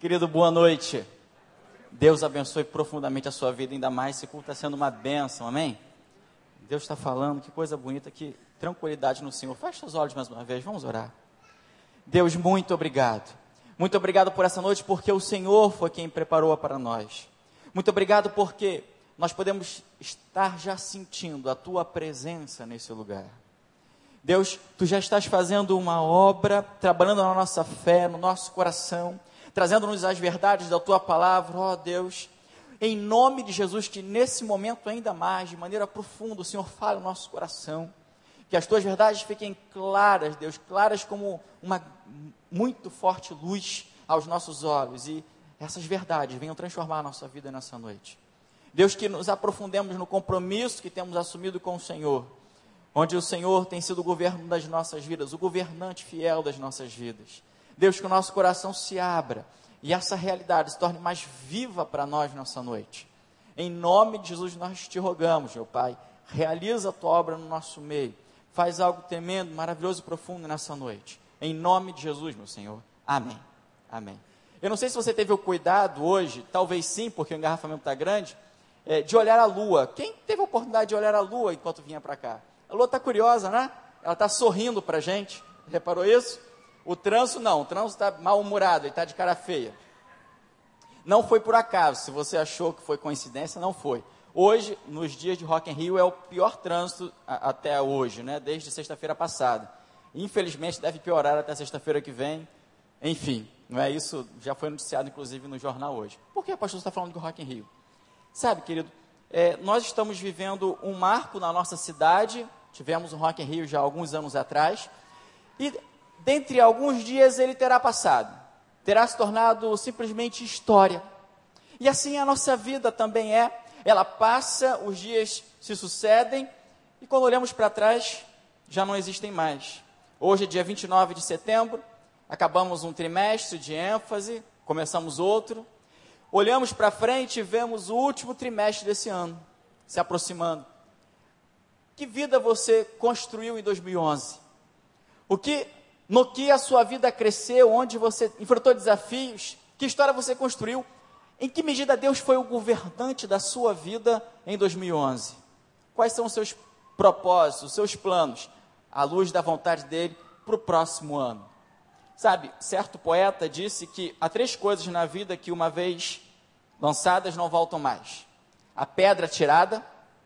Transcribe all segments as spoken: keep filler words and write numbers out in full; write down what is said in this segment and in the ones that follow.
Querido, boa noite. Deus abençoe profundamente a sua vida, ainda mais esse culto está sendo uma bênção, amém? Deus está falando, que coisa bonita, que tranquilidade no Senhor. Feche os olhos mais uma vez, vamos orar. Deus, muito obrigado. Muito obrigado por essa noite, porque o Senhor foi quem preparou-a para nós. Muito obrigado porque nós podemos estar já sentindo a Tua presença nesse lugar. Deus, Tu já estás fazendo uma obra, trabalhando na nossa fé, no nosso coração, trazendo-nos as verdades da Tua palavra, ó Deus, em nome de Jesus, que nesse momento ainda mais, de maneira profunda, o Senhor fale no nosso coração, que as Tuas verdades fiquem claras, Deus, claras como uma muito forte luz aos nossos olhos, e essas verdades venham transformar a nossa vida nessa noite. Deus, que nos aprofundemos no compromisso que temos assumido com o Senhor, onde o Senhor tem sido o governo das nossas vidas, o governante fiel das nossas vidas. Deus, que o nosso coração se abra e essa realidade se torne mais viva para nós nessa noite. Em nome de Jesus nós te rogamos, meu Pai, realiza a Tua obra no nosso meio, faz algo tremendo, maravilhoso e profundo nessa noite. Em nome de Jesus, meu Senhor. Amém. Amém. Eu não sei se você teve o cuidado hoje, talvez sim, porque o engarrafamento está grande, é, de olhar a lua. Quem teve a oportunidade de olhar a lua enquanto vinha para cá? A lua está curiosa, né? Ela está sorrindo para a gente. Reparou isso? O trânsito não, o trânsito está mal-humorado, ele está de cara feia. Não foi por acaso, se você achou que foi coincidência, não foi. Hoje, nos dias de Rock in Rio, é o pior trânsito a, até hoje, né? Desde sexta-feira passada. Infelizmente, deve piorar até sexta-feira que vem. Enfim, não é isso? Já foi noticiado, inclusive, no jornal hoje. Por que o pastor está falando do Rock in Rio? Sabe, querido, é, nós estamos vivendo um marco na nossa cidade. Tivemos o Rock in Rio já há alguns anos atrás. E dentre alguns dias ele terá passado, terá se tornado simplesmente história. E assim a nossa vida também é, ela passa, os dias se sucedem, e quando olhamos para trás, já não existem mais. Hoje é dia vinte e nove de setembro, acabamos um trimestre de ênfase, começamos outro, olhamos para frente e vemos o último trimestre desse ano, se aproximando. Que vida você construiu em dois mil e onze? O que... No que a sua vida cresceu, onde você enfrentou desafios, que história você construiu, em que medida Deus foi o governante da sua vida em dois mil e onze? Quais são os seus propósitos, os seus planos, à luz da vontade dEle, para o próximo ano? Sabe, certo poeta disse que há três coisas na vida que uma vez lançadas não voltam mais: a pedra tirada,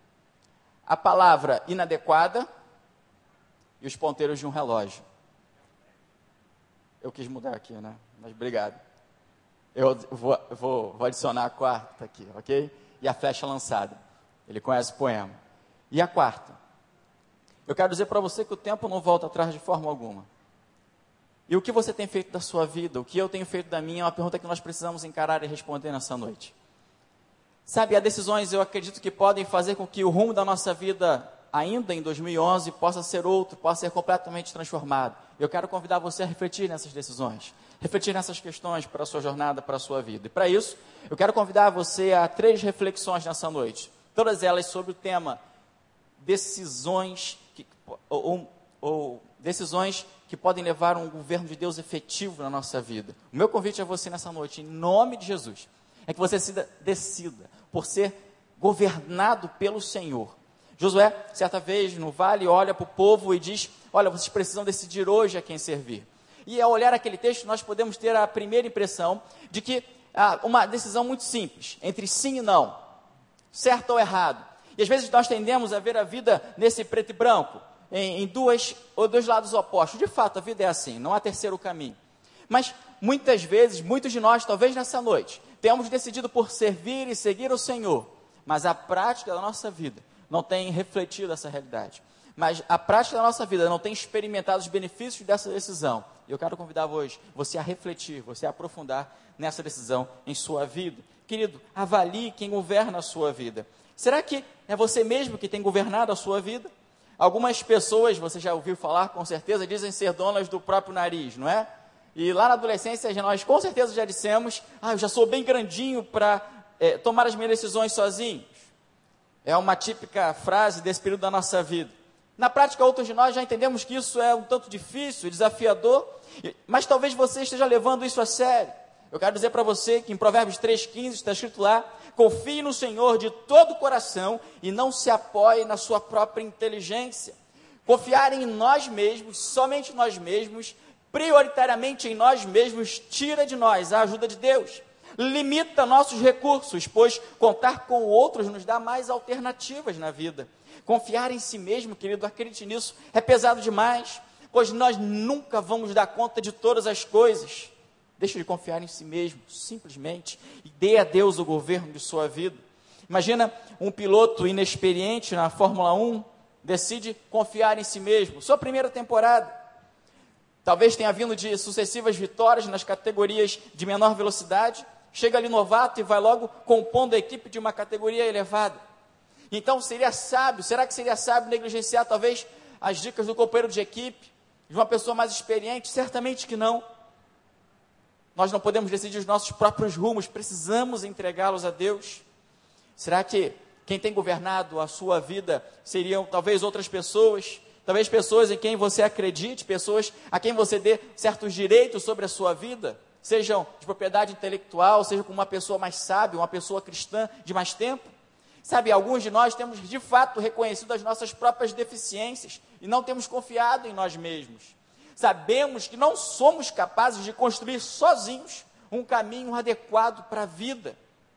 a palavra inadequada e os ponteiros de um relógio. Eu quis mudar aqui, né? Mas obrigado. Eu vou, vou, vou adicionar a quarta aqui, ok? E a flecha lançada. Ele conhece o poema. E a quarta? Eu quero dizer para você que o tempo não volta atrás de forma alguma. E o que você tem feito da sua vida, o que eu tenho feito da minha, é uma pergunta que nós precisamos encarar e responder nessa noite. Sabe, há decisões, eu acredito, que podem fazer com que o rumo da nossa vida, ainda em dois mil e onze, possa ser outro, possa ser completamente transformado. Eu quero convidar você a refletir nessas decisões, refletir nessas questões para a sua jornada, para a sua vida. E para isso, eu quero convidar você a três reflexões nessa noite, todas elas sobre o tema decisões que, ou, ou decisões que podem levar a um governo de Deus efetivo na nossa vida. O meu convite a você nessa noite, em nome de Jesus, é que você se decida por ser governado pelo Senhor. Josué, certa vez, no vale, olha para o povo e diz: olha, vocês precisam decidir hoje a quem servir. E ao olhar aquele texto, nós podemos ter a primeira impressão de que ah, uma decisão muito simples, entre sim e não, certo ou errado. E às vezes nós tendemos a ver a vida nesse preto e branco, em, em duas, ou dois lados opostos. De fato, a vida é assim, não há terceiro caminho. Mas muitas vezes, muitos de nós, talvez nessa noite, temos decidido por servir e seguir o Senhor, mas a prática da nossa vida não tem refletido essa realidade. Mas a prática da nossa vida não tem experimentado os benefícios dessa decisão. E eu quero convidar hoje você a refletir, você a aprofundar nessa decisão em sua vida. Querido, avalie quem governa a sua vida. Será que é você mesmo que tem governado a sua vida? Algumas pessoas, você já ouviu falar, com certeza, dizem ser donas do próprio nariz, não é? E lá na adolescência, nós com certeza já dissemos: ah, eu já sou bem grandinho para é, tomar as minhas decisões sozinho. É uma típica frase desse período da nossa vida. Na prática, outros de nós já entendemos que isso é um tanto difícil, desafiador, mas talvez você esteja levando isso a sério. Eu quero dizer para você que em Provérbios três, quinze está escrito lá: confie no Senhor de todo o coração e não se apoie na sua própria inteligência. Confiar em nós mesmos, somente nós mesmos, prioritariamente em nós mesmos, tira de nós a ajuda de Deus, limita nossos recursos, pois contar com outros nos dá mais alternativas na vida. Confiar em si mesmo, querido, acredite nisso, é pesado demais, pois nós nunca vamos dar conta de todas as coisas. Deixe de confiar em si mesmo, simplesmente, e dê a Deus o governo de sua vida. Imagina um piloto inexperiente na Fórmula um, decide confiar em si mesmo, sua primeira temporada. Talvez tenha vindo de sucessivas vitórias nas categorias de menor velocidade, chega ali novato e vai logo compondo a equipe de uma categoria elevada. Então seria sábio, será que seria sábio negligenciar talvez as dicas do companheiro de equipe, de uma pessoa mais experiente? Certamente que não. Nós não podemos decidir os nossos próprios rumos, precisamos entregá-los a Deus. Será que quem tem governado a sua vida seriam talvez outras pessoas? Talvez pessoas em quem você acredite, pessoas a quem você dê certos direitos sobre a sua vida, sejam de propriedade intelectual, seja com uma pessoa mais sábia, uma pessoa cristã de mais tempo? Sabe, alguns de nós temos de fato reconhecido as nossas próprias deficiências e não temos confiado em nós mesmos. Sabemos que não somos capazes de construir sozinhos um caminho adequado para a vida.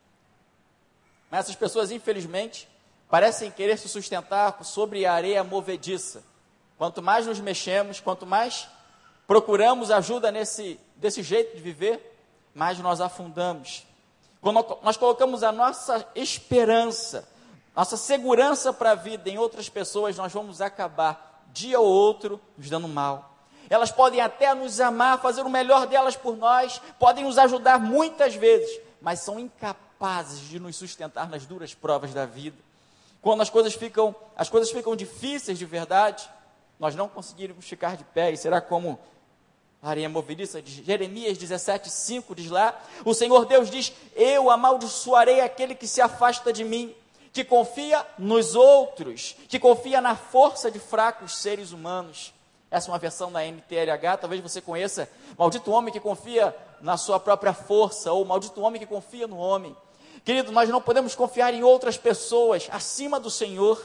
Mas essas pessoas, infelizmente, parecem querer se sustentar sobre a areia movediça. Quanto mais nos mexemos, quanto mais procuramos ajuda nesse, desse jeito de viver, mais nós afundamos. Quando nós colocamos a nossa esperança, nossa segurança para a vida em outras pessoas, nós vamos acabar, dia ou outro, nos dando mal. Elas podem até nos amar, fazer o melhor delas por nós, podem nos ajudar muitas vezes, mas são incapazes de nos sustentar nas duras provas da vida. Quando as coisas ficam, as coisas ficam difíceis de verdade, nós não conseguiremos ficar de pé, e será como a areia movediça de Jeremias dezessete, cinco, diz lá: o Senhor Deus diz: eu amaldiçoarei aquele que se afasta de mim, que confia nos outros, que confia na força de fracos seres humanos. Essa é uma versão da N T L H, talvez você conheça: maldito homem que confia na sua própria força, ou maldito homem que confia no homem. Querido, nós não podemos confiar em outras pessoas acima do Senhor.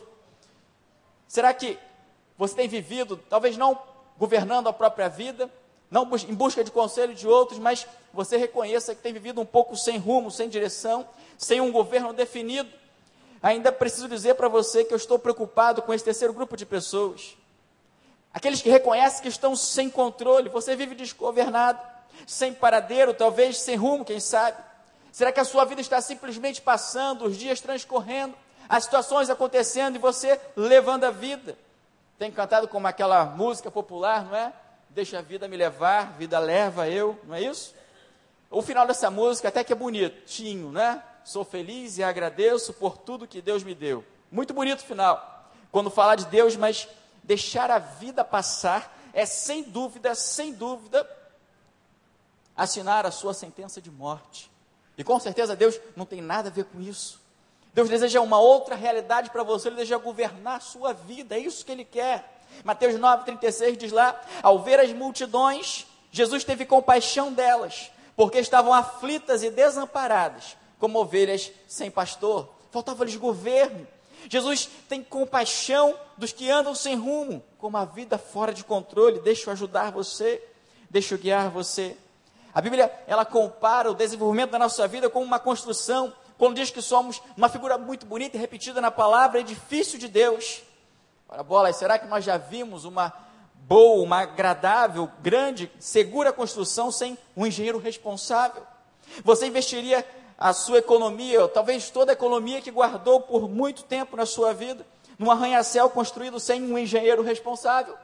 Será que você tem vivido, talvez não governando a própria vida, não em busca de conselho de outros, mas você reconheça que tem vivido um pouco sem rumo, sem direção, sem um governo definido? Ainda preciso dizer para você que eu estou preocupado com esse terceiro grupo de pessoas. Aqueles que reconhecem que estão sem controle. Você vive desgovernado, sem paradeiro, talvez sem rumo, quem sabe? Será que a sua vida está simplesmente passando, os dias transcorrendo, as situações acontecendo e você levando a vida? Tem cantado como aquela música popular, não é? Deixa a vida me levar, vida leva eu, não é isso? O final dessa música até que é bonitinho, né? Sou feliz e agradeço por tudo que Deus me deu. Muito bonito o final, quando fala de Deus, mas deixar a vida passar é sem dúvida, sem dúvida, assinar a sua sentença de morte. E com certeza Deus não tem nada a ver com isso. Deus deseja uma outra realidade para você, Ele deseja governar a sua vida, é isso que Ele quer. Mateus nove, trinta e seis diz lá: ao ver as multidões, Jesus teve compaixão delas, porque estavam aflitas e desamparadas, como ovelhas sem pastor. Faltava-lhes governo. Jesus tem compaixão dos que andam sem rumo, com uma vida fora de controle. Deixa eu ajudar você, deixa eu guiar você. A Bíblia, ela compara o desenvolvimento da nossa vida com uma construção, quando diz que somos uma figura muito bonita e repetida na palavra, edifício de Deus. Ora bola, será que nós já vimos uma boa, uma agradável, grande, segura construção sem um engenheiro responsável? Você investiria a sua economia, talvez toda a economia que guardou por muito tempo na sua vida, num arranha-céu construído sem um engenheiro responsável?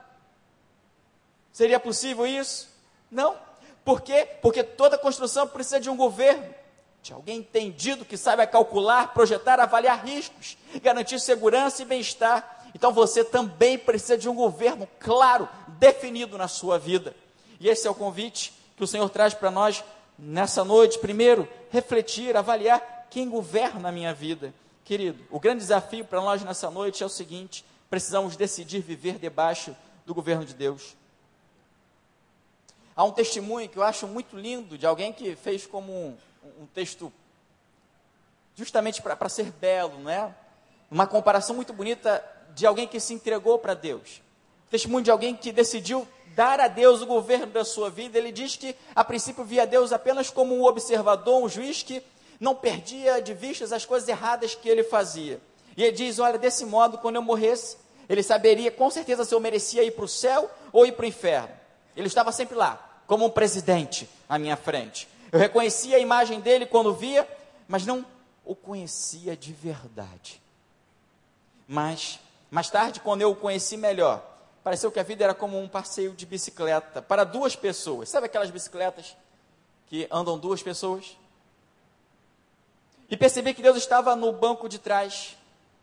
Seria possível isso? Não. Por quê? Porque toda construção precisa de um governo, de alguém entendido que saiba calcular, projetar, avaliar riscos, garantir segurança e bem-estar. Então você também precisa de um governo claro, definido na sua vida. E esse é o convite que o Senhor traz para nós nessa noite. Primeiro, refletir, avaliar quem governa a minha vida. Querido, o grande desafio para nós nessa noite é o seguinte: precisamos decidir viver debaixo do governo de Deus. Há um testemunho que eu acho muito lindo, de alguém que fez como um, um texto justamente para ser belo, não é? Uma comparação muito bonita de alguém que se entregou para Deus. Testemunho de alguém que decidiu dar a Deus o governo da sua vida. Ele diz que, a princípio, via Deus apenas como um observador, um juiz que não perdia de vista as coisas erradas que ele fazia. E ele diz, olha, desse modo, quando eu morresse, ele saberia com certeza se eu merecia ir para o céu ou ir para o inferno. Ele estava sempre lá, como um presidente à minha frente. Eu reconhecia a imagem dele quando via, mas não o conhecia de verdade. Mas, mais tarde, quando eu o conheci melhor, pareceu que a vida era como um passeio de bicicleta para duas pessoas. Sabe aquelas bicicletas que andam duas pessoas? E percebi que Deus estava no banco de trás.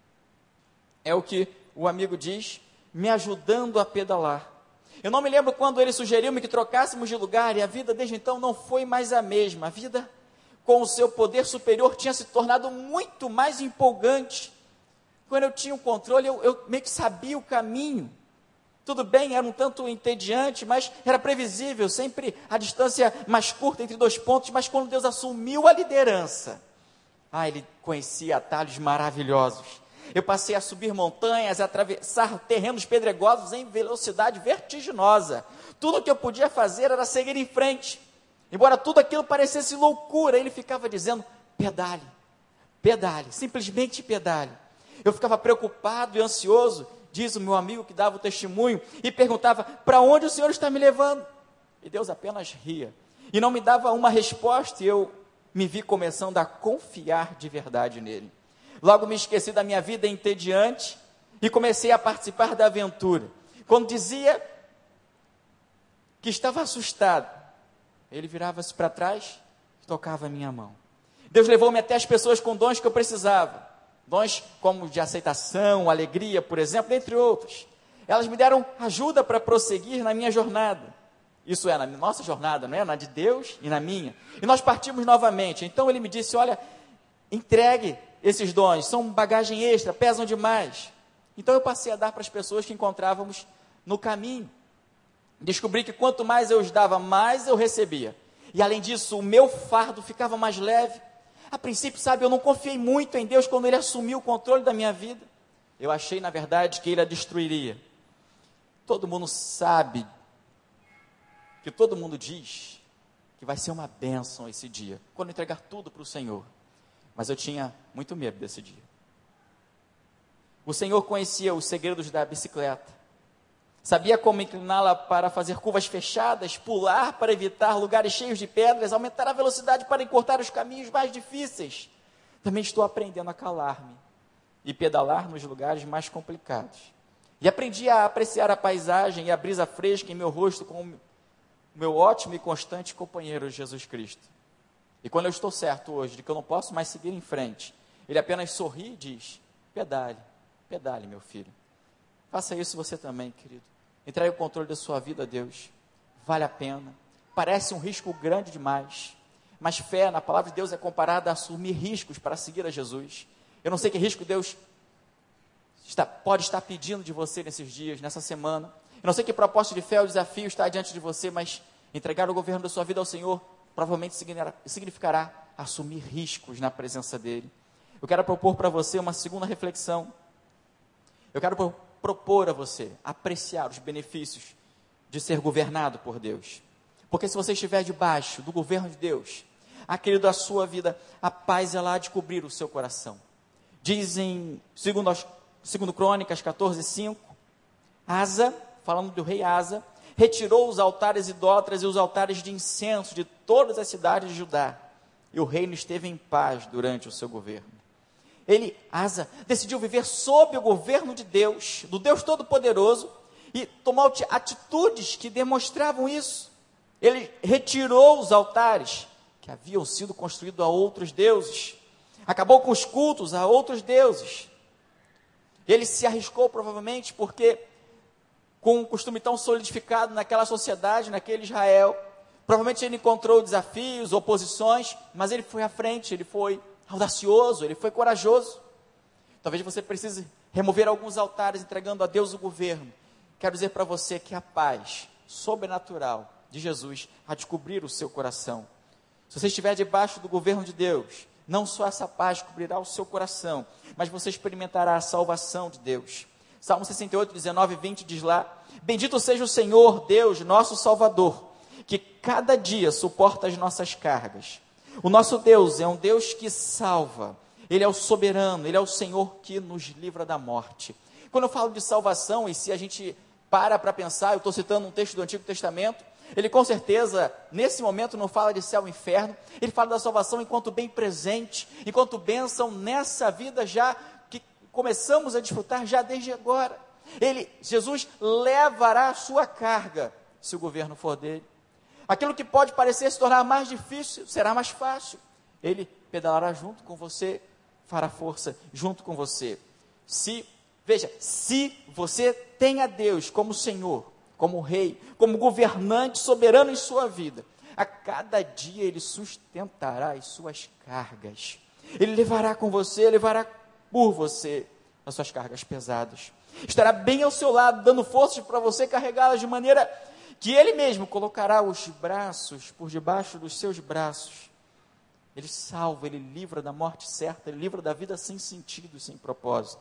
É o que o amigo diz, me ajudando a pedalar. Eu não me lembro quando ele sugeriu-me que trocássemos de lugar, e a vida desde então não foi mais a mesma. A vida, com o seu poder superior, tinha se tornado muito mais empolgante. Quando eu tinha o controle, eu, eu meio que sabia o caminho. Tudo bem, era um tanto entediante, mas era previsível, sempre a distância mais curta entre dois pontos, mas quando Deus assumiu a liderança, ah, ele conhecia atalhos maravilhosos. Eu passei a subir montanhas, a atravessar terrenos pedregosos em velocidade vertiginosa. Tudo o que eu podia fazer era seguir em frente. Embora tudo aquilo parecesse loucura, ele ficava dizendo, pedale, pedale, simplesmente pedale. Eu ficava preocupado e ansioso, diz o meu amigo que dava o testemunho, e perguntava, para onde o Senhor está me levando? E Deus apenas ria, e não me dava uma resposta, e eu me vi começando a confiar de verdade nele. Logo me esqueci da minha vida entediante, e comecei a participar da aventura. Quando dizia que estava assustado, ele virava-se para trás e tocava a minha mão. Deus levou-me até as pessoas com dons que eu precisava, dons como de aceitação, alegria, por exemplo, entre outros. Elas me deram ajuda para prosseguir na minha jornada. Isso é, na nossa jornada, não é? Na de Deus e na minha. E nós partimos novamente. Então ele me disse, olha, entregue esses dons, são bagagem extra, pesam demais. Então eu passei a dar para as pessoas que encontrávamos no caminho. Descobri que quanto mais eu os dava, mais eu recebia. E além disso, o meu fardo ficava mais leve. A princípio, sabe, eu não confiei muito em Deus quando Ele assumiu o controle da minha vida. Eu achei, na verdade, que Ele a destruiria. Todo mundo sabe, que todo mundo diz, que vai ser uma bênção esse dia, quando entregar tudo para o Senhor. Mas eu tinha muito medo desse dia. O Senhor conhecia os segredos da bicicleta. Sabia como incliná-la para fazer curvas fechadas, pular para evitar lugares cheios de pedras, aumentar a velocidade para encurtar os caminhos mais difíceis. Também estou aprendendo a calar-me e pedalar nos lugares mais complicados. E aprendi a apreciar a paisagem e a brisa fresca em meu rosto com o meu ótimo e constante companheiro Jesus Cristo. E quando eu estou certo hoje de que eu não posso mais seguir em frente, ele apenas sorri e diz, pedale, pedale, meu filho. Faça isso você também, querido. Entregue o controle da sua vida a Deus. Vale a pena. Parece um risco grande demais. Mas fé na palavra de Deus é comparada a assumir riscos para seguir a Jesus. Eu não sei que risco Deus está, pode estar pedindo de você nesses dias, nessa semana. Eu não sei que proposta de fé ou desafio está diante de você, mas entregar o governo da sua vida ao Senhor provavelmente significará assumir riscos na presença dEle. Eu quero propor para você uma segunda reflexão. Eu quero propor propor a você apreciar os benefícios de ser governado por Deus. Porque se você estiver debaixo do governo de Deus, ah, querido, a sua vida, a paz ela há de cobrir o seu coração. Dizem, segundo, segundo Crônicas catorze, cinco, Asa, falando do rei Asa, retirou os altares idólatras e os altares de incenso de todas as cidades de Judá, e o reino esteve em paz durante o seu governo. Ele, Asa, decidiu viver sob o governo de Deus, do Deus Todo-Poderoso, e tomou atitudes que demonstravam isso. Ele retirou os altares que haviam sido construídos a outros deuses, acabou com os cultos a outros deuses. Ele se arriscou provavelmente porque, com um costume tão solidificado naquela sociedade, naquele Israel, provavelmente ele encontrou desafios, oposições, mas ele foi à frente, ele foi audacioso, ele foi corajoso. Talvez você precise remover alguns altares, entregando a Deus o governo. Quero dizer para você que a paz sobrenatural de Jesus a descobrir o seu coração. Se você estiver debaixo do governo de Deus, não só essa paz cobrirá o seu coração, mas você experimentará a salvação de Deus. Salmo sessenta e oito, dezenove e vinte diz lá: bendito seja o Senhor, Deus, nosso Salvador, que cada dia suporta as nossas cargas. O nosso Deus é um Deus que salva, Ele é o soberano, Ele é o Senhor que nos livra da morte. Quando eu falo de salvação, e se a gente para para pensar, eu estou citando um texto do Antigo Testamento, ele com certeza, nesse momento, não fala de céu e inferno, ele fala da salvação enquanto bem presente, enquanto bênção nessa vida já que começamos a desfrutar já desde agora. Ele, Jesus, levará a sua carga, se o governo for dele. Aquilo que pode parecer se tornar mais difícil, será mais fácil. Ele pedalará junto com você, fará força junto com você. Se, veja, se você tem a Deus como Senhor, como Rei, como governante soberano em sua vida, a cada dia Ele sustentará as suas cargas. Ele levará com você, levará por você as suas cargas pesadas. Estará bem ao seu lado, dando forças para você carregá-las de maneira que Ele mesmo colocará os braços por debaixo dos seus braços. Ele salva, Ele livra da morte certa, Ele livra da vida sem sentido, sem propósito.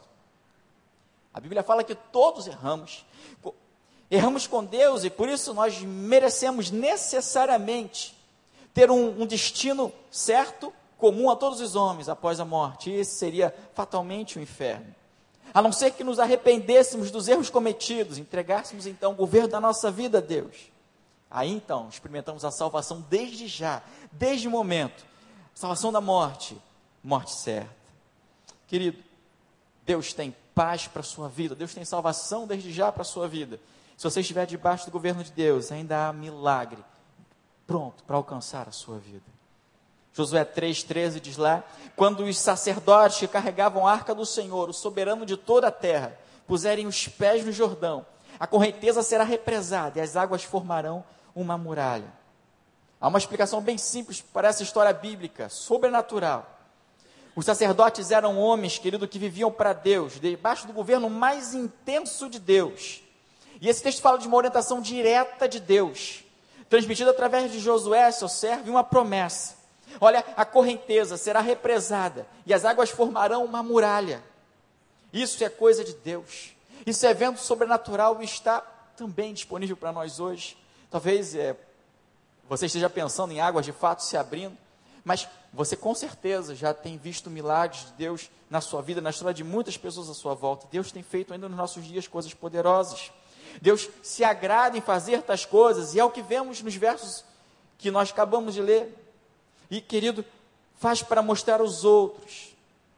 A Bíblia fala que todos erramos, erramos com Deus, e por isso nós merecemos necessariamente ter um, um destino certo, comum a todos os homens após a morte, e esse seria fatalmente o inferno. A não ser que nos arrependêssemos dos erros cometidos, entregássemos então o governo da nossa vida a Deus. Aí então experimentamos a salvação desde já, desde o momento, salvação da morte, morte certa. Querido, Deus tem paz para a sua vida, Deus tem salvação desde já para a sua vida. Se você estiver debaixo do governo de Deus, ainda há milagre pronto para alcançar a sua vida. Josué três, treze diz lá: quando os sacerdotes que carregavam a arca do Senhor, o soberano de toda a terra, puserem os pés no Jordão, a correnteza será represada e as águas formarão uma muralha. Há uma explicação bem simples para essa história bíblica, sobrenatural. Os sacerdotes eram homens, querido, que viviam para Deus, debaixo do governo mais intenso de Deus. E esse texto fala de uma orientação direta de Deus, transmitida através de Josué, seu servo, e uma promessa. Olha, a correnteza será represada e as águas formarão uma muralha. Isso é coisa de Deus. Isso é evento sobrenatural e está também disponível para nós hoje. Talvez é, você esteja pensando em águas de fato se abrindo, mas você com certeza já tem visto milagres de Deus na sua vida, na história de muitas pessoas à sua volta. Deus tem feito ainda nos nossos dias coisas poderosas. Deus se agrada em fazer tais coisas, e é o que vemos nos versos que nós acabamos de ler. E, querido, faz para mostrar aos outros,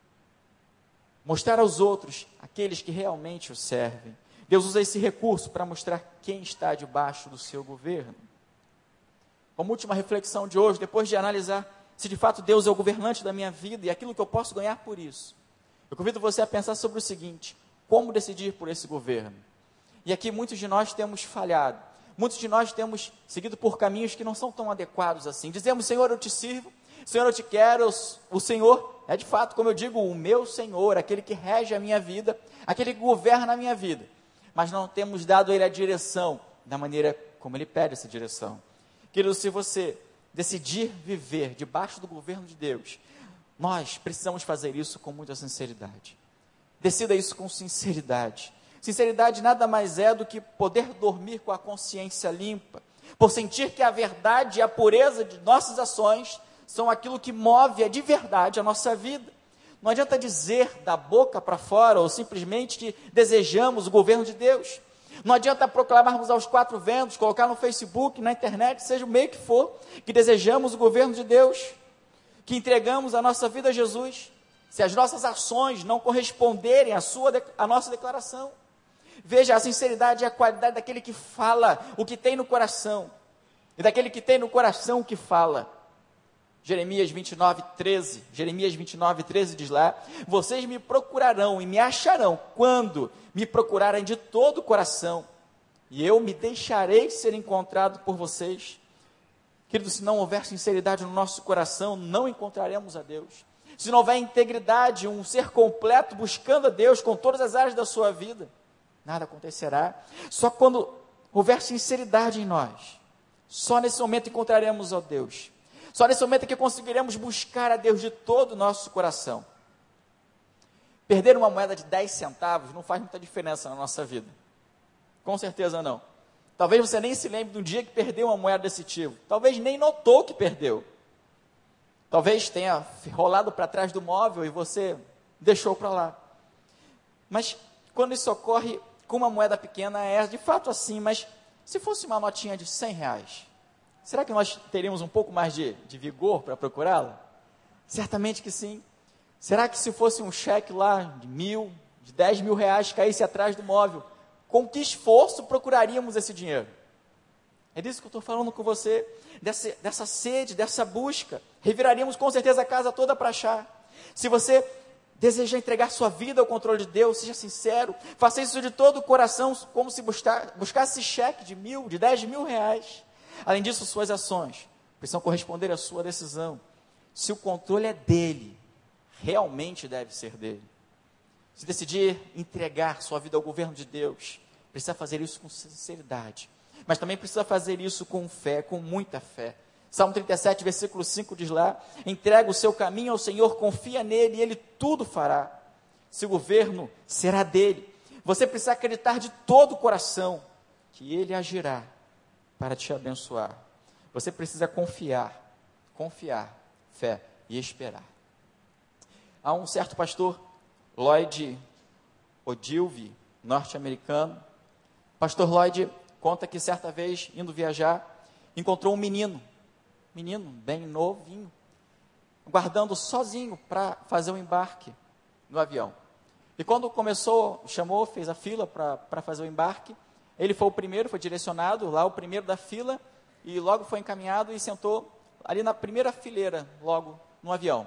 mostrar aos outros aqueles que realmente o servem. Deus usa esse recurso para mostrar quem está debaixo do seu governo. Como última reflexão de hoje, depois de analisar se de fato Deus é o governante da minha vida e aquilo que eu posso ganhar por isso, eu convido você a pensar sobre o seguinte: como decidir por esse governo? E aqui muitos de nós temos falhado, muitos de nós temos seguido por caminhos que não são tão adequados assim. Dizemos: Senhor, eu te sirvo, Senhor, eu te quero. O Senhor é de fato, como eu digo, o meu Senhor, aquele que rege a minha vida, aquele que governa a minha vida, mas não temos dado a Ele a direção, da maneira como Ele pede essa direção. Querido, se você decidir viver debaixo do governo de Deus, nós precisamos fazer isso com muita sinceridade. Decida isso com sinceridade. Sinceridade nada mais é do que poder dormir com a consciência limpa, por sentir que a verdade e a pureza de nossas ações são aquilo que move de verdade a nossa vida. Não adianta dizer da boca para fora, ou simplesmente que desejamos o governo de Deus. Não adianta proclamarmos aos quatro ventos, colocar no Facebook, na internet, seja o meio que for, que desejamos o governo de Deus, que entregamos a nossa vida a Jesus, se as nossas ações não corresponderem à, sua, à nossa declaração. Veja, a sinceridade é a qualidade daquele que fala o que tem no coração, e daquele que tem no coração o que fala. Jeremias vinte e nove, treze, Jeremias vinte e nove, treze diz lá: vocês me procurarão e me acharão quando me procurarem de todo o coração, e eu me deixarei ser encontrado por vocês. Querido, se não houver sinceridade no nosso coração, não encontraremos a Deus. Se não houver integridade, um ser completo buscando a Deus com todas as áreas da sua vida, nada acontecerá. Só quando houver sinceridade em nós, Só nesse momento encontraremos a Deus. Só nesse momento é que conseguiremos buscar a Deus de todo o nosso coração. Perder uma moeda de dez centavos não faz muita diferença na nossa vida. Com certeza não. Talvez você nem se lembre do dia que perdeu uma moeda desse tipo. Talvez nem notou que perdeu. Talvez tenha rolado para trás do móvel e você deixou para lá. Mas quando isso ocorre com uma moeda pequena, é de fato assim. Mas se fosse uma notinha de cem reais, será que nós teríamos um pouco mais de, de vigor para procurá-la? Certamente que sim. Será que se fosse um cheque lá de mil, de dez mil reais, caísse atrás do móvel, com que esforço procuraríamos esse dinheiro? É disso que eu estou falando com você, dessa, dessa sede, dessa busca. Reviraríamos com certeza a casa toda para achar. Se você deseja entregar sua vida ao controle de Deus, seja sincero, faça isso de todo o coração, como se buscar, buscasse cheque de mil, de dez mil reais. Além disso, suas ações precisam corresponder à sua decisão. Se o controle é dele, realmente deve ser dele. Se decidir entregar sua vida ao governo de Deus, precisa fazer isso com sinceridade, mas também precisa fazer isso com fé, com muita fé. Salmo trinta e sete, versículo cinco diz lá: entrega o seu caminho ao Senhor, confia nele e ele tudo fará. Seu governo será dele. Você precisa acreditar de todo o coração que ele agirá para te abençoar. Você precisa confiar, confiar, fé e esperar. Há um certo pastor, Lloyd Ogilvie, norte-americano. Pastor Lloyd conta que certa vez, indo viajar, encontrou um menino, menino bem novinho, guardando sozinho para fazer o embarque no avião. E quando começou, chamou, fez a fila para fazer o embarque, ele foi o primeiro, foi direcionado lá, o primeiro da fila, e logo foi encaminhado e sentou ali na primeira fileira, logo no avião.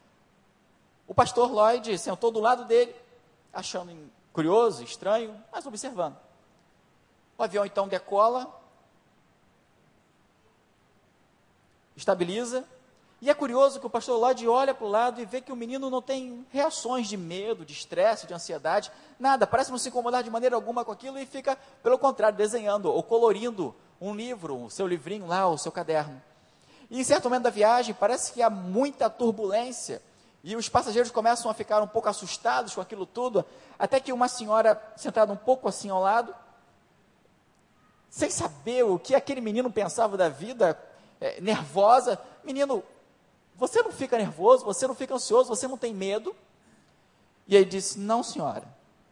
O pastor Lloyd sentou do lado dele, achando curioso, estranho, mas observando. O avião então decola, estabiliza, e é curioso que o pastor Lloyd olha para o lado e vê que o menino não tem reações de medo, de estresse, de ansiedade, nada, parece não se incomodar de maneira alguma com aquilo e fica, pelo contrário, desenhando ou colorindo um livro, o seu livrinho lá, o seu caderno. E em certo momento da viagem, parece que há muita turbulência, e os passageiros começam a ficar um pouco assustados com aquilo tudo, até que uma senhora, sentada um pouco assim ao lado, sem saber o que aquele menino pensava da vida, é, nervosa, menino, você não fica nervoso, você não fica ansioso, você não tem medo? E ele disse, não senhora,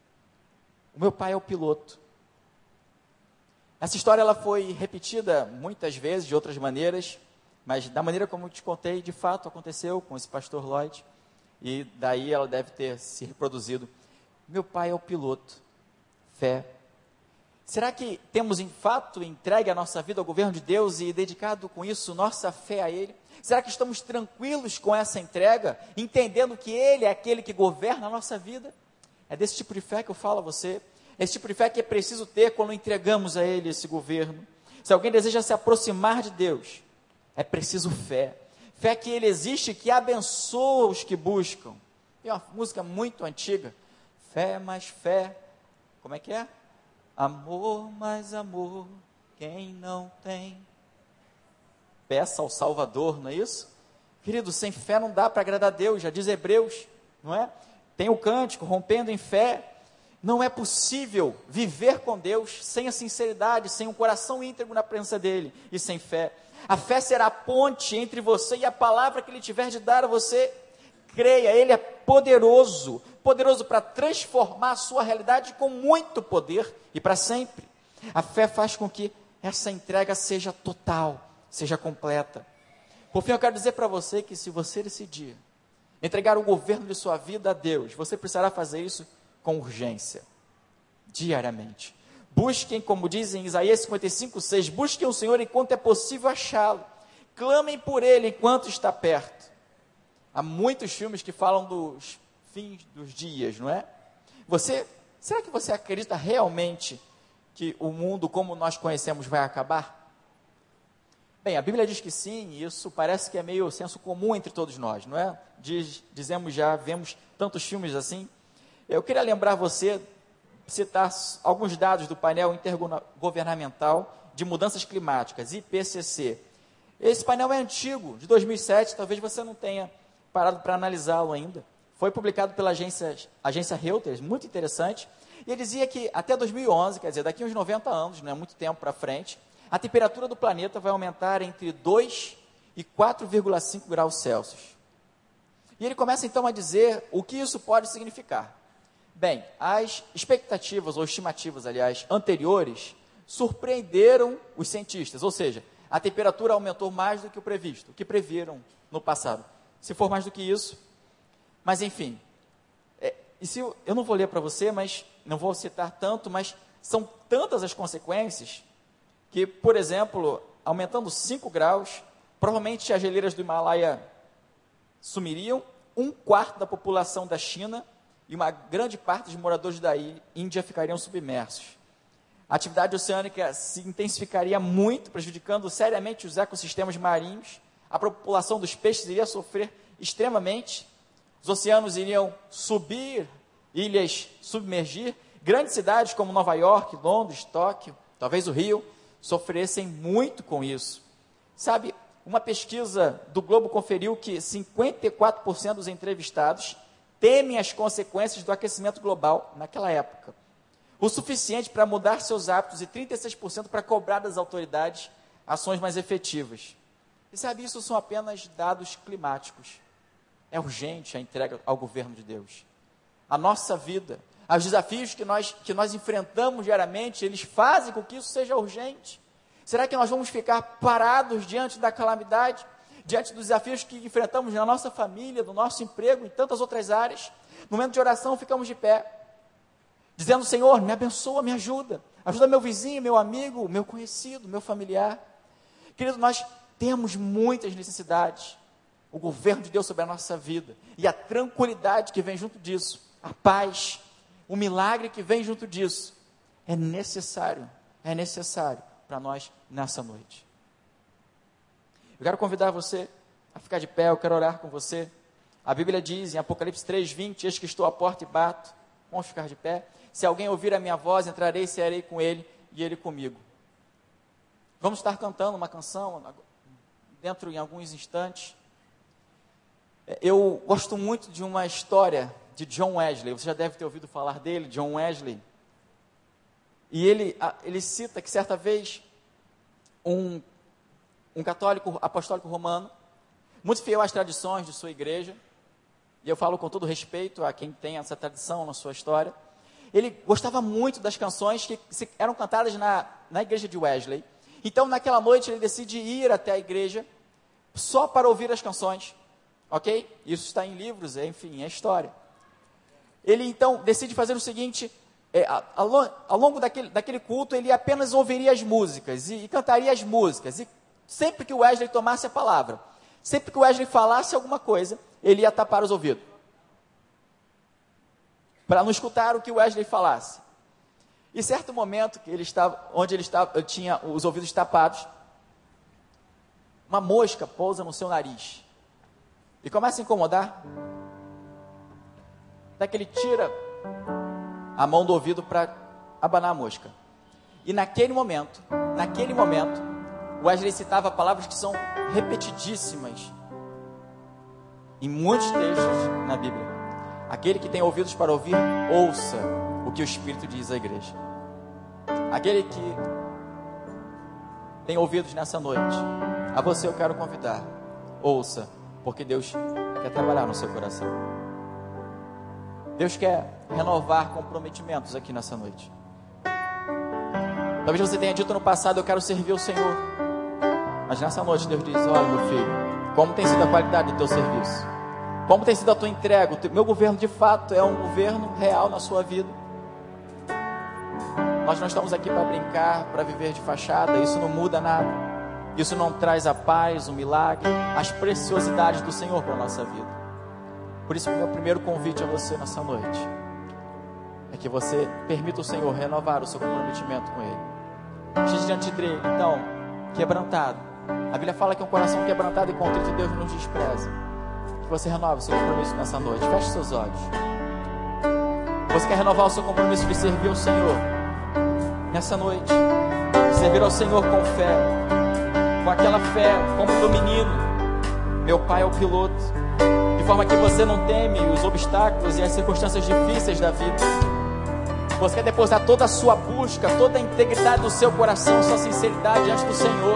o meu pai é o piloto. Essa história ela foi repetida muitas vezes, de outras maneiras, mas da maneira como eu te contei, de fato aconteceu com esse pastor Lloyd, e daí ela deve ter se reproduzido. Meu pai é o piloto, fé. Será que temos, em fato, entregue a nossa vida ao governo de Deus e dedicado com isso nossa fé a Ele? Será que estamos tranquilos com essa entrega, entendendo que Ele é aquele que governa a nossa vida? É desse tipo de fé que eu falo a você, é esse tipo de fé que é preciso ter quando entregamos a Ele esse governo. Se alguém deseja se aproximar de Deus, é preciso fé, fé que Ele existe, que abençoa os que buscam. Tem uma música muito antiga, fé mais fé, como é que é? Amor mais amor, quem não tem? Peça ao Salvador, não é isso? Querido, sem fé não dá para agradar a Deus, já diz Hebreus, não é? Tem o cântico, rompendo em fé. Não é possível viver com Deus sem a sinceridade, sem um coração íntegro na presença dEle e sem fé. A fé será a ponte entre você e a palavra que Ele tiver de dar a você. Creia, Ele é poderoso, poderoso para transformar a sua realidade com muito poder e para sempre. A fé faz com que essa entrega seja total, seja completa. Por fim, eu quero dizer para você que se você decidir entregar o governo de sua vida a Deus, você precisará fazer isso com urgência, diariamente. Busquem, como diz em Isaías cinquenta e cinco, seis, busquem o Senhor enquanto é possível achá-lo. Clamem por Ele enquanto está perto. Há muitos filmes que falam dos fins dos dias, não é? Você, será que você acredita realmente que o mundo como nós conhecemos vai acabar? Bem, a Bíblia diz que sim, e isso parece que é meio senso comum entre todos nós, não é? Diz, dizemos já, vemos tantos filmes assim. Eu queria lembrar você, citar alguns dados do painel intergovernamental de Mudanças Climáticas, I P C C. Esse painel é antigo, de dois mil e sete, talvez você não tenha parado para analisá-lo ainda. Foi publicado pela agência, agência Reuters, muito interessante, e ele dizia que até dois mil e onze, quer dizer, daqui a uns noventa anos, não é muito tempo para frente, a temperatura do planeta vai aumentar entre dois e quatro vírgula cinco graus Celsius. E ele começa então a dizer o que isso pode significar. Bem, as expectativas, ou estimativas, aliás, anteriores, surpreenderam os cientistas, ou seja, a temperatura aumentou mais do que o previsto, o que previram no passado. Se for mais do que isso, mas enfim, é, e se eu, eu não vou ler para você, mas não vou citar tanto, mas são tantas as consequências que, por exemplo, aumentando cinco graus, provavelmente as geleiras do Himalaia sumiriam, um quarto da população da China e uma grande parte dos moradores da Índia ficariam submersos. A atividade oceânica se intensificaria muito, prejudicando seriamente os ecossistemas marinhos, a população dos peixes iria sofrer extremamente, os oceanos iriam subir, ilhas submergir, grandes cidades como Nova York, Londres, Tóquio, talvez o Rio, sofressem muito com isso. Sabe, uma pesquisa do Globo conferiu que cinquenta e quatro por cento dos entrevistados temem as consequências do aquecimento global naquela época. O suficiente para mudar seus hábitos e trinta e seis por cento para cobrar das autoridades ações mais efetivas. E sabe, isso são apenas dados climáticos. É urgente a entrega ao governo de Deus. A nossa vida, os desafios que nós, que nós enfrentamos diariamente, eles fazem com que isso seja urgente. Será que nós vamos ficar parados diante da calamidade, diante dos desafios que enfrentamos na nossa família, no nosso emprego, em tantas outras áreas? No momento de oração, ficamos de pé, dizendo: Senhor, me abençoa, me ajuda, ajuda meu vizinho, meu amigo, meu conhecido, meu familiar. Querido, nós temos muitas necessidades, o governo de Deus sobre a nossa vida, e a tranquilidade que vem junto disso, a paz, o milagre que vem junto disso, é necessário, é necessário para nós nessa noite. Eu quero convidar você a ficar de pé, eu quero orar com você. A Bíblia diz em Apocalipse três, vinte, eis que estou à porta e bato. Vamos ficar de pé. Se alguém ouvir a minha voz, entrarei e cearei com ele e ele comigo. Vamos estar cantando uma canção dentro em alguns instantes. Eu gosto muito de uma história de John Wesley. Você já deve ter ouvido falar dele, John Wesley. E ele, ele cita que certa vez um, um católico apostólico romano, muito fiel às tradições de sua igreja, e eu falo com todo respeito a quem tem essa tradição na sua história, ele gostava muito das canções que eram cantadas na, na igreja de Wesley. Então, naquela noite, ele decide ir até a igreja só para ouvir as canções, ok? Isso está em livros, é, enfim, é história. Ele, então, decide fazer o seguinte: é, ao, ao longo daquele, daquele culto, ele apenas ouviria as músicas e, e cantaria as músicas. E sempre que o Wesley tomasse a palavra, sempre que o Wesley falasse alguma coisa, ele ia tapar os ouvidos, para não escutar o que o Wesley falasse. E certo momento, que ele estava, onde ele estava, ele tinha os ouvidos tapados, uma mosca pousa no seu nariz e começa a incomodar. Até que ele tira a mão do ouvido para abanar a mosca. E naquele momento, naquele momento, Wesley citava palavras que são repetidíssimas em muitos textos na Bíblia. Aquele que tem ouvidos para ouvir, ouça o que o Espírito diz à igreja. Aquele que tem ouvidos nessa noite, a você eu quero convidar, ouça, porque Deus quer trabalhar no seu coração. Deus quer renovar comprometimentos aqui nessa noite. Talvez você tenha dito no passado: eu quero servir o Senhor. Mas nessa noite Deus diz: olha, meu filho, como tem sido a qualidade do teu serviço? Como tem sido a tua entrega? O teu, meu governo de fato é um governo real na sua vida. Nós não estamos aqui para brincar, para viver de fachada. Isso não muda nada. Isso não traz a paz, o milagre, as preciosidades do Senhor para a nossa vida. Por isso, o meu primeiro convite a você nessa noite é que você permita o Senhor renovar o seu comprometimento com Ele. Esteja diante dele, então, quebrantado. A Bíblia fala que um coração quebrantado e contrito Deus não despreza. Que você renove o seu compromisso nessa noite. Feche seus olhos. Você quer renovar o seu compromisso de servir o Senhor nessa noite? servir ao Senhor com fé, com aquela fé como do menino, meu pai é o piloto, de forma que você não teme os obstáculos e as circunstâncias difíceis da vida. Você quer depositar toda a sua busca, toda a integridade do seu coração, sua sinceridade diante do Senhor.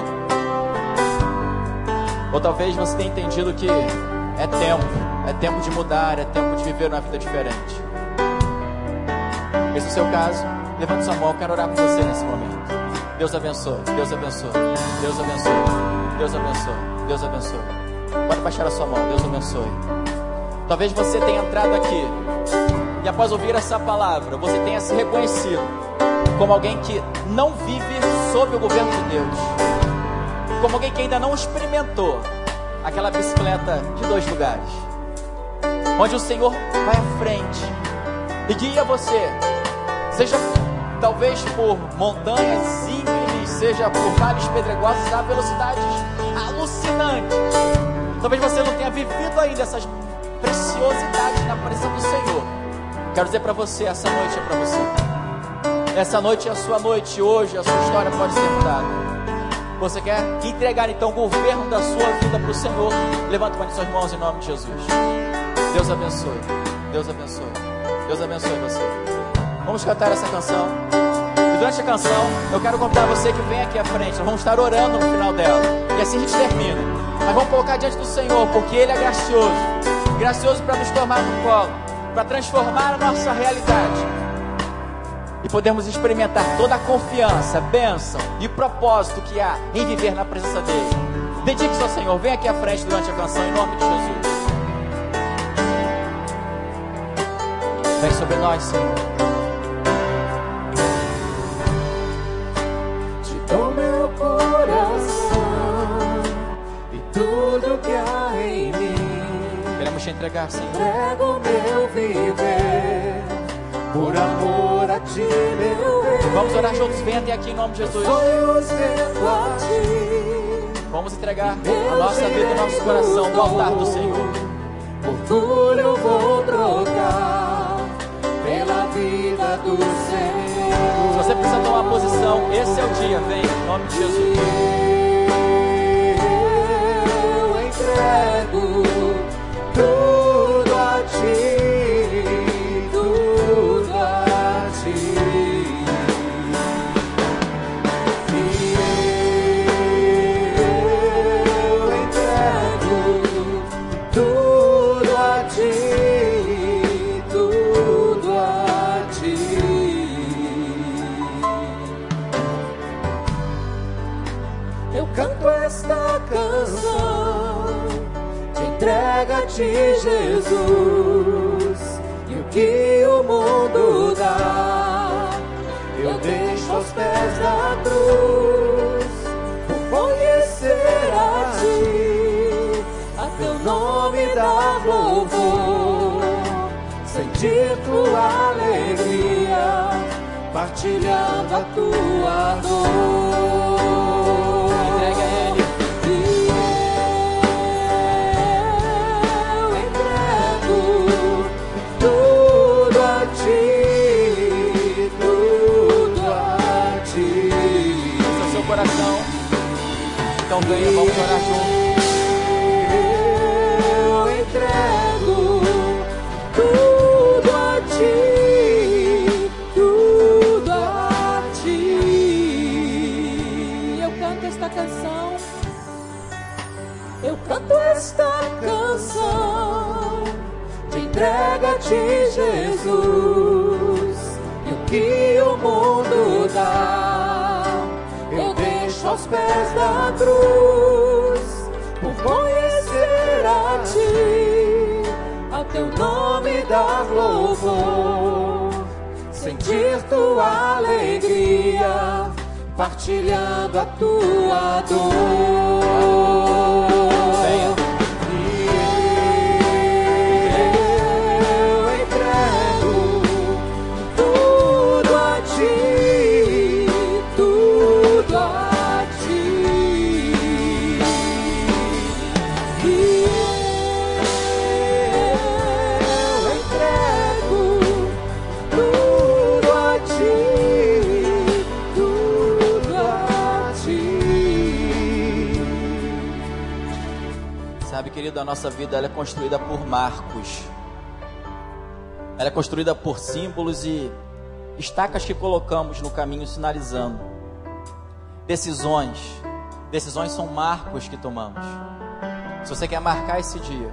Ou talvez você tenha entendido que é tempo, é tempo de mudar, é tempo de viver uma vida diferente. Esse é o seu caso, levante sua mão, eu quero orar por você nesse momento. Deus abençoe, Deus abençoe, Deus abençoe, Deus abençoe, Deus abençoe. Pode baixar a sua mão, Deus abençoe. Talvez você tenha entrado aqui e após ouvir essa palavra, você tenha se reconhecido como alguém que não vive sob o governo de Deus, como alguém que ainda não experimentou aquela bicicleta de dois lugares, onde o Senhor vai à frente e guia você, seja talvez por montanhas íngremes, seja por vales pedregosos a velocidades alucinantes. Talvez você não tenha vivido ainda essas preciosidades na presença do Senhor. Quero dizer para você, essa noite é para você. Essa noite é a sua noite. Hoje a sua história pode ser mudada. Você quer entregar então o governo da sua vida para o Senhor? Levanta uma de suas mãos em nome de Jesus. Deus abençoe, Deus abençoe, Deus abençoe você. Vamos cantar essa canção. E durante a canção, eu quero convidar você que vem aqui à frente. Nós vamos estar orando no final dela. E assim a gente termina. Mas vamos colocar diante do Senhor, porque Ele é gracioso. Gracioso para nos tomar no colo, para transformar a nossa realidade. E podemos experimentar toda a confiança, bênção e propósito que há em viver na presença dEle. Dedique-se ao Senhor. Vem aqui à frente durante a canção, em nome de Jesus. Vem sobre nós, Senhor. Te entregar, Senhor. Entrego meu viver, por amor a ti, meu rei. Vamos orar juntos, vem até aqui em nome de Jesus. Sonhos rendo a ti. Vamos entregar a nossa vida, o nosso coração no altar do Senhor. Orgulho vou trocar pela vida do Senhor. Se você precisa tomar uma posição, esse é o dia, vem em nome de Jesus. Eu entrego tudo a ti, tudo a ti. Eu entrego tudo a ti, tudo a ti. Eu canto esta canção, entrega-te, Jesus, e o que o mundo dá, eu deixo aos pés da cruz, por conhecer a ti, a teu nome dar louvor, sentir tua alegria, partilhando a tua dor. Entrega a Ele. Coração. Então venha, vamos orar juntos. Eu entrego tudo a ti, tudo a ti. Eu canto esta canção, eu canto esta canção, te entrega-te, Jesus, e o que o mundo dá, eu deixo aos pés da cruz, por conhecer a ti, ao teu nome dar louvor, sentir tua alegria, partilhando a tua dor. Venha. nossa vida ela é construída por marcos. Ela é construída por símbolos e estacas que colocamos no caminho sinalizando. Decisões. Decisões são marcos que tomamos. Se você quer marcar esse dia,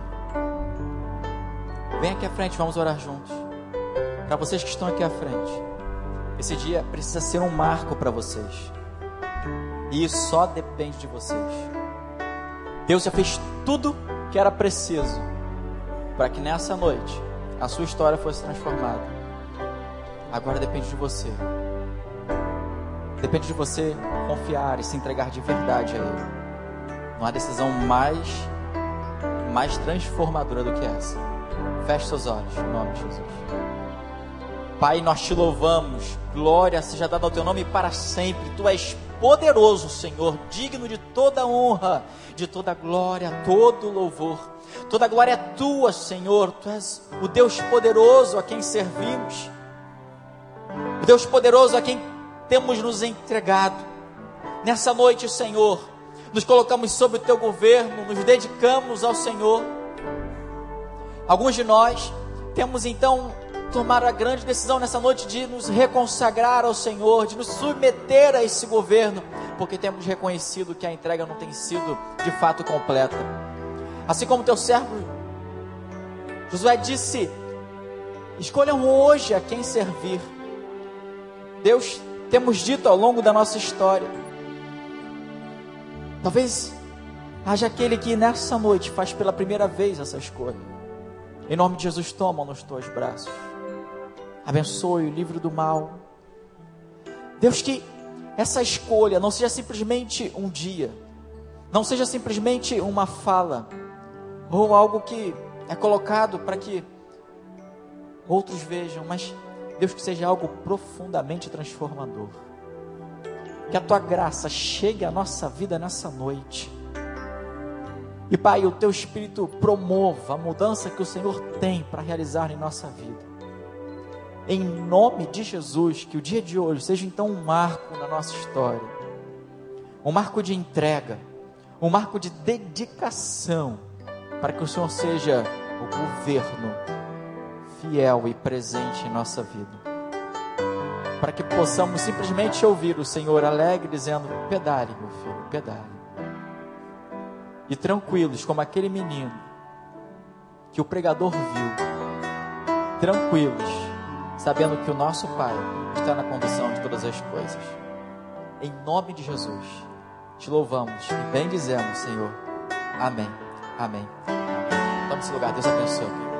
vem aqui à frente, vamos orar juntos. Para vocês que estão aqui à frente, esse dia precisa ser um marco para vocês. E isso só depende de vocês. Deus já fez tudo que era preciso para que nessa noite a sua história fosse transformada. Agora depende de você. Depende de você confiar e se entregar de verdade a Ele. Não há decisão mais, mais transformadora do que essa. Feche seus olhos, em nome de Jesus. Pai, nós te louvamos. Glória seja dada ao teu nome para sempre. Tu és poderoso, Senhor, digno de toda honra, de toda glória, todo louvor. Toda glória é tua, Senhor. Tu és o Deus poderoso a quem servimos, o Deus poderoso a quem temos nos entregado. Nessa noite, Senhor, nos colocamos sob o teu governo, nos dedicamos ao Senhor. Alguns de nós temos então tomado a grande decisão nessa noite de nos reconsagrar ao Senhor, de nos submeter a esse governo, porque temos reconhecido que a entrega não tem sido de fato completa. Assim como teu servo Josué disse: escolham hoje a quem servir. Deus, temos dito ao longo da nossa história, talvez haja aquele que nessa noite faz pela primeira vez essa escolha. Em nome de Jesus, toma nos teus braços, abençoe o livro do mal. Deus, que essa escolha não seja simplesmente um dia, não seja simplesmente uma fala, ou algo que é colocado para que outros vejam, mas Deus, que seja algo profundamente transformador. Que a tua graça chegue à nossa vida nessa noite. E Pai, o teu Espírito promova a mudança que o Senhor tem para realizar em nossa vida. Em nome de Jesus, que o dia de hoje seja então um marco na nossa história. Um marco de entrega, um marco de dedicação, para que o Senhor seja o governo fiel e presente em nossa vida. Para que possamos simplesmente ouvir o Senhor alegre dizendo: pedale, meu filho, pedale. E tranquilos como aquele menino que o pregador viu, tranquilos, sabendo que o nosso Pai está na condução de todas as coisas. Em nome de Jesus, te louvamos e bendizemos, Senhor. Amém, amém. Tome esse lugar, Deus abençoe.